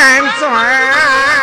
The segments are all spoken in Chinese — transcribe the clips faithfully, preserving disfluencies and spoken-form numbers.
天尊。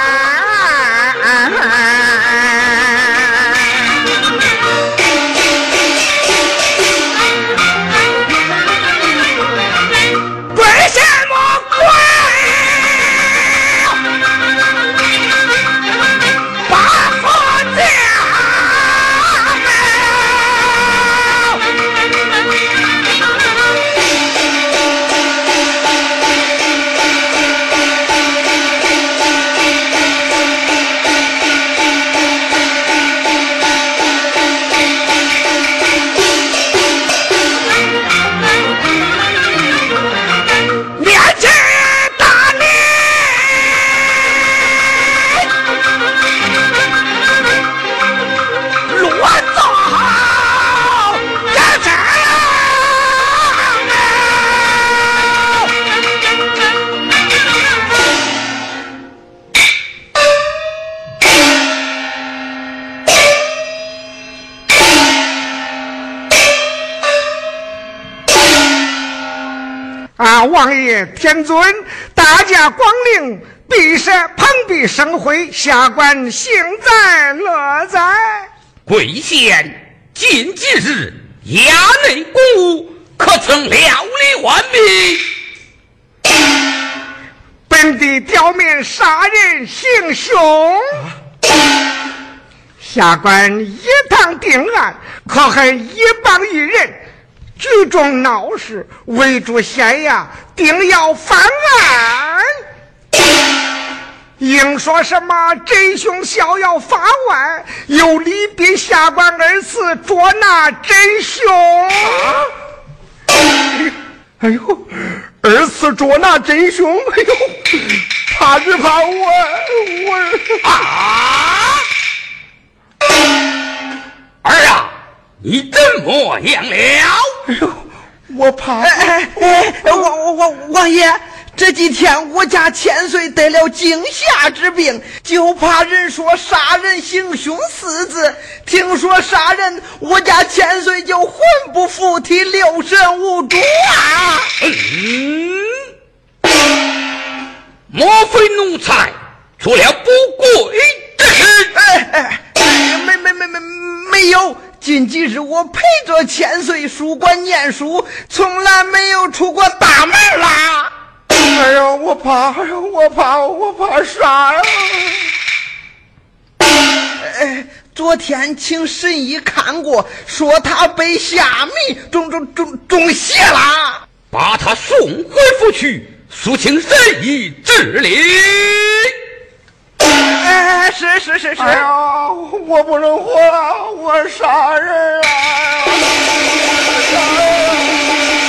啊，王爷天尊，大驾光临，必是蓬荜生辉，下官幸在乐在。 贵县近几日衙内公务，可曾料理完毕？ 本地刁民杀人行凶，下官一趟定案，可恨一帮一人聚众闹事，围住县衙，定要翻案。应说什么真凶逍遥法外，有理必下官二次捉拿真凶。 啊、哎呦，二次捉拿真凶，哎呦，怕只怕我我啊！儿啊，你怎么样了？ 哎呦，我怕。 哎哎哎，王王王爷。这几天我家千岁得了惊吓之病，就怕人说杀人行凶四字，听说杀人，我家千岁就魂不附体，六神无主啊！ 嗯，莫非奴才做了不轨之事？ 哎哎哎，没没没没没有。近几日我陪着千岁书馆念书，从来没有出过大门啦。 哎呦，我怕，哎呦，我怕，我怕啥呀？ 哎，昨天请神医看过，说他被下迷，中中中中邪了， 把他送回府去，速请神医治理。 哎，是是是是。 哎呀，我不能活了，我杀人啊！杀人！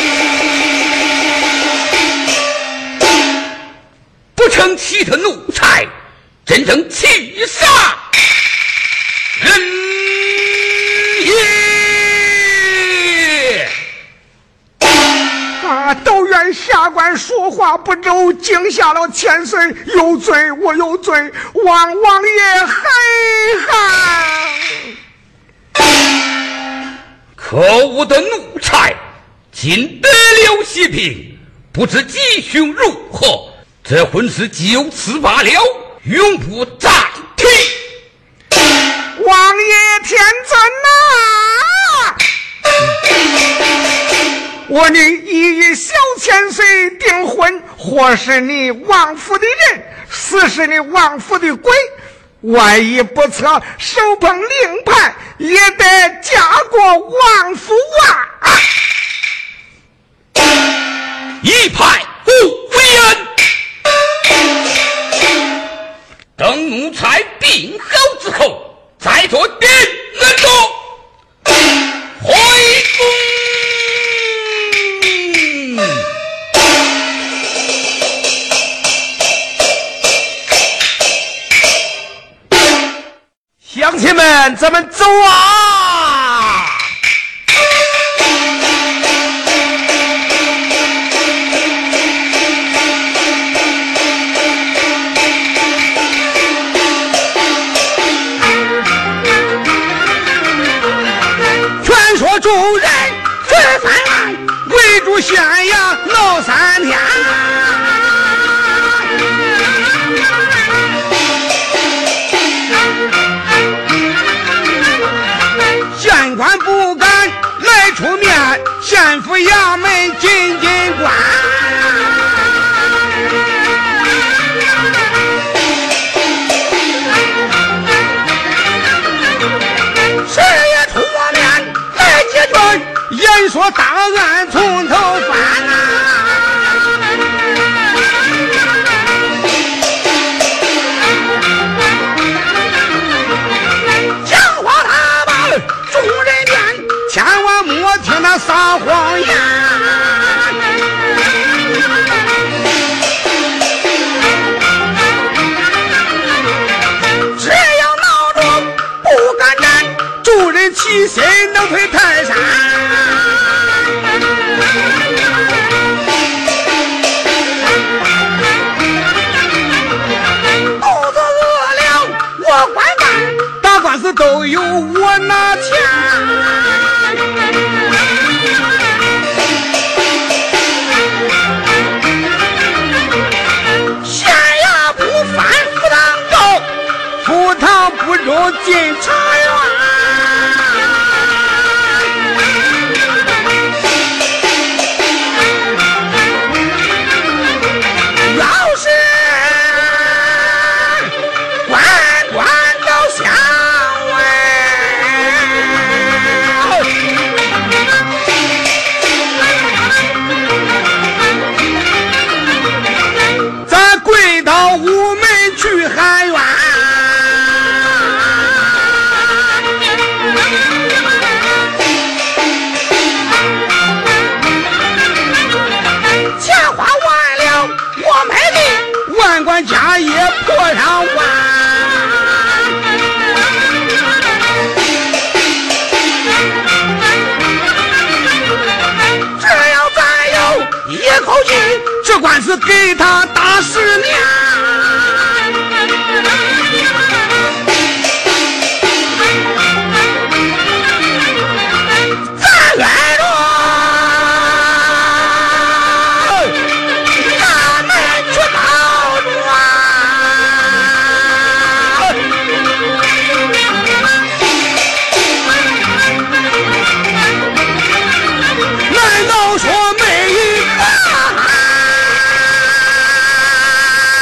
不成器的奴才，真正气杀人也！ 啊，都怨下官说话不周，惊吓了千岁，有罪我有罪，望王爷海涵。 可恶的奴才，今得了喜病，不知吉凶如何。这婚事就此罢了，永不暂停。 王爷天尊呐、啊！我拟一与小千岁订婚，或是你王府的人，死是你王府的鬼。万一不测，手捧令牌，也得嫁过王府啊！ 一派不言。等奴才病好之后，再做点人多回宫。 乡亲们，咱们走啊！ 主人吃饭来，围住县衙闹三天。 案从头翻呐、讲话他把众人念，千万莫听他撒谎言。只要闹着不敢战，众人齐心能推泰山。肚子饿了我管饭，打官司都有我拿钱。县衙不翻赴堂告，赴堂不入进茶园。要是官官到乡外，咱跪到午门去喊冤。钱花完了我买地，万贯家业破上万。只要咱有一口气，这官司给他打十年。咱来着咱们去讨论，难道说没一个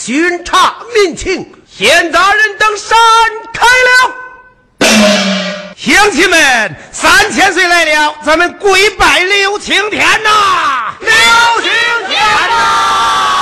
巡查民情，县大人等闪开了。乡亲们，三千岁来了，咱们跪拜刘青天呐！刘青天呐！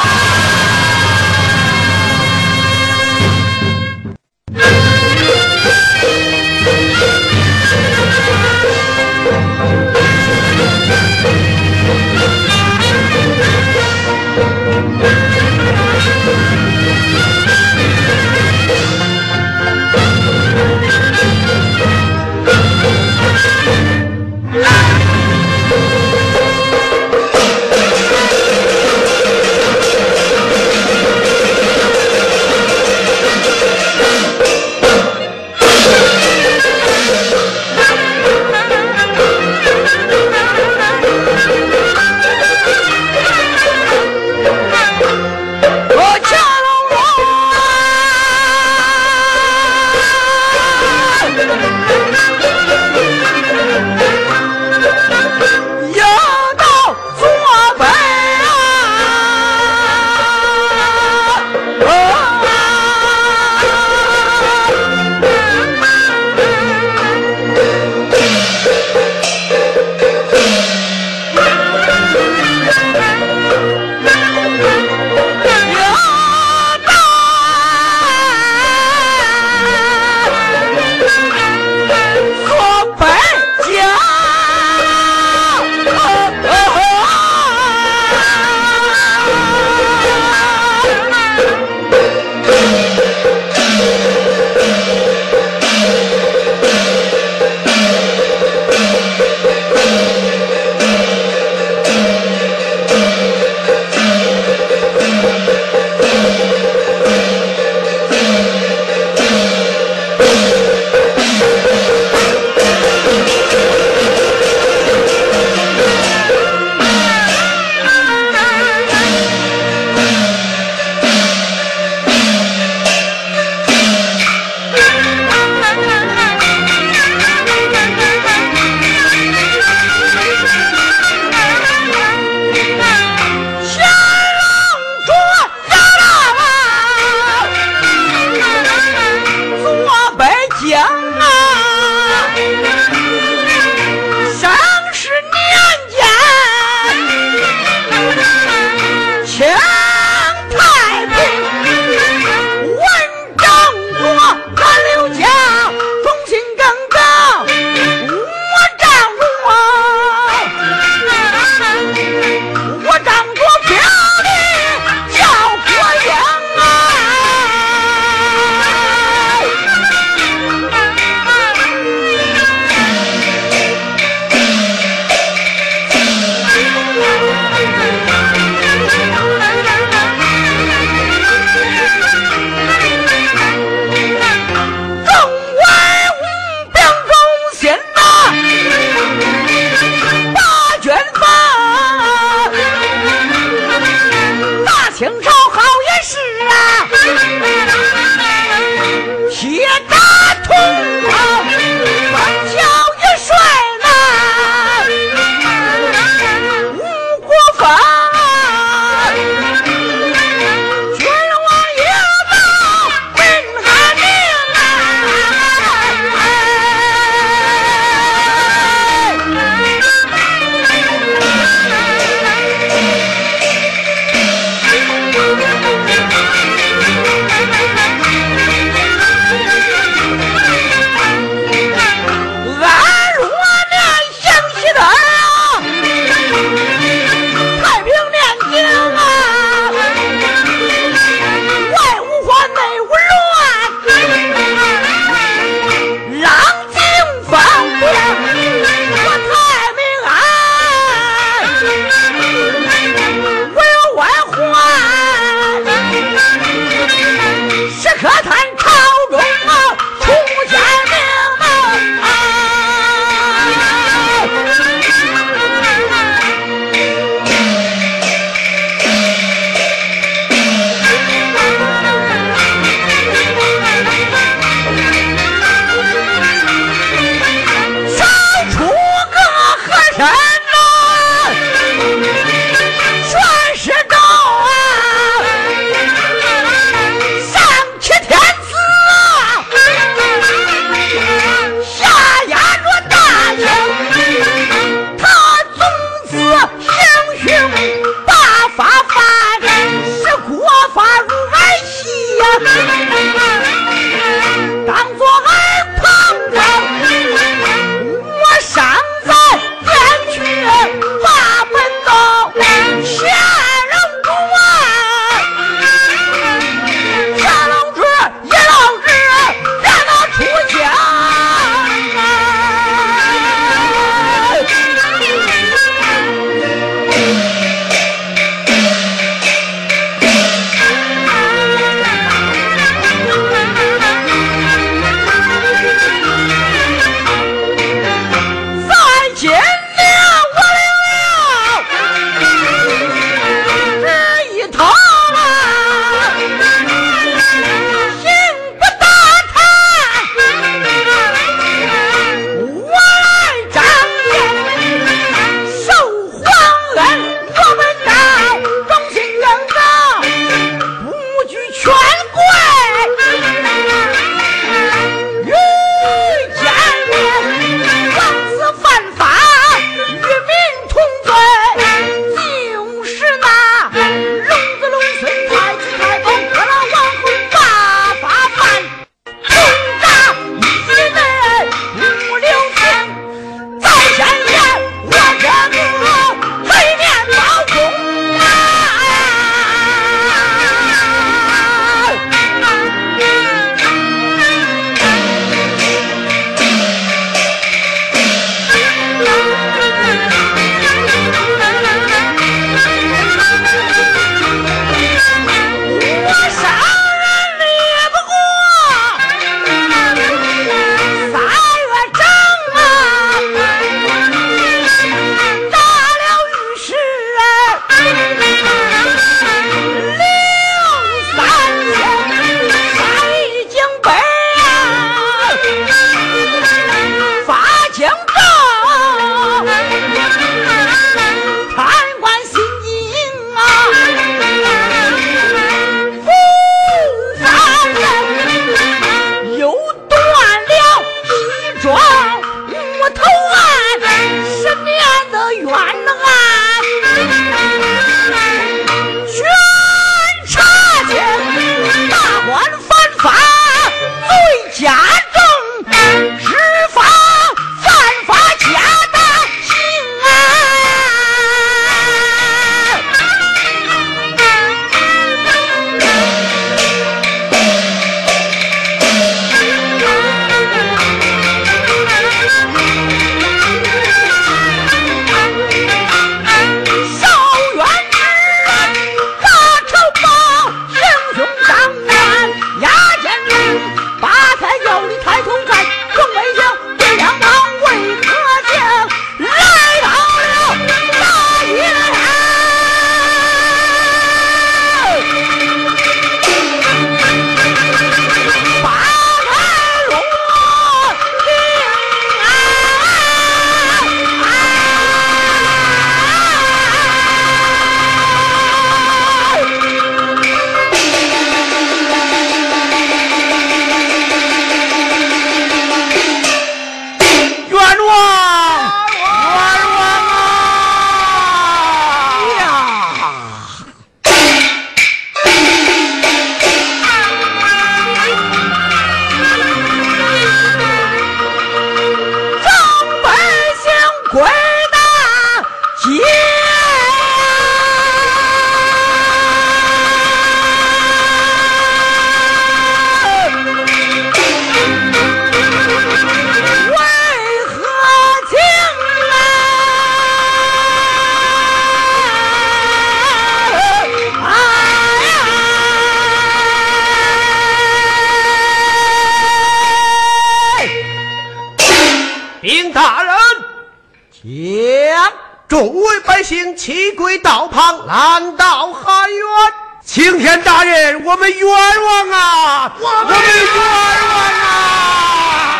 众位百姓齐跪道旁，拦道喊冤。青天大人，我们冤枉啊！我们冤枉啊！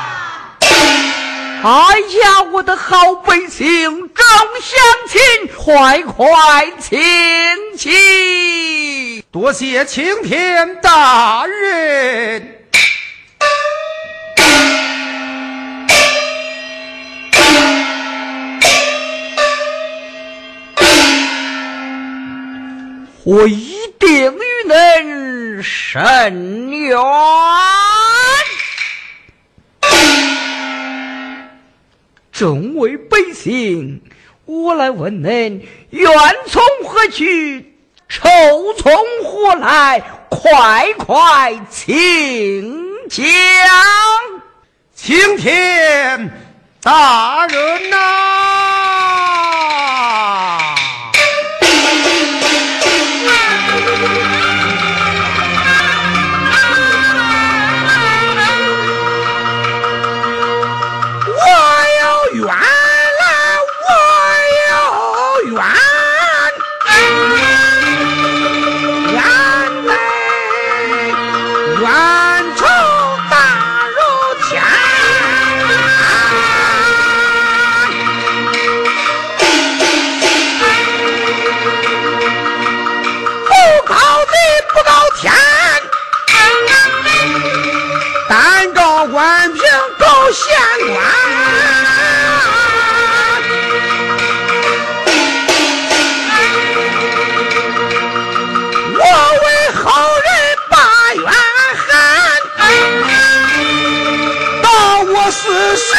哎呀，我的好百姓，众乡亲，快快请起！ 多谢青天大人。 我一定与恁伸冤。众位百姓，我来问恁，冤从何去？仇从何来？快快请讲！ 青天大人呐、啊！ 冤来，我有冤，冤来，冤仇大如天，不告你不告天，但告官平告县官。是谁？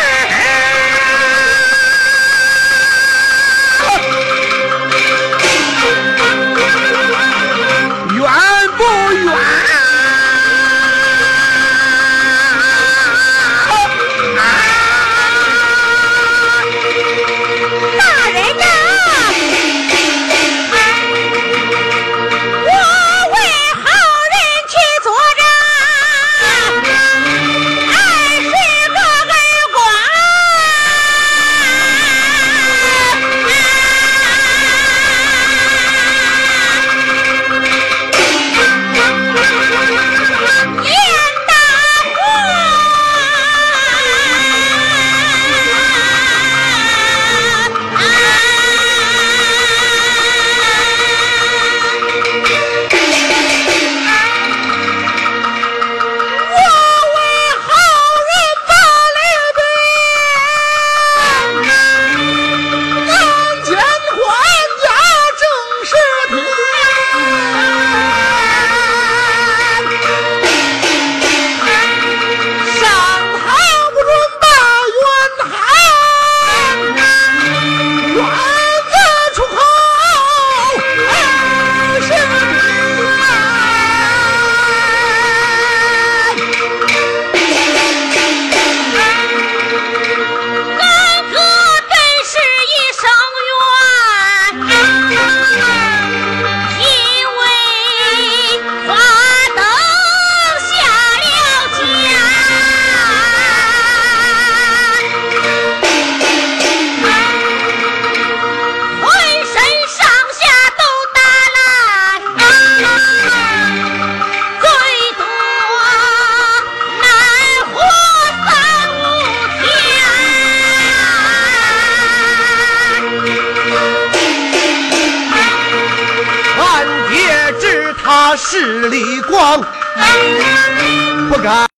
冤不冤？大人呐，我为好人去作证。 势力光，不敢。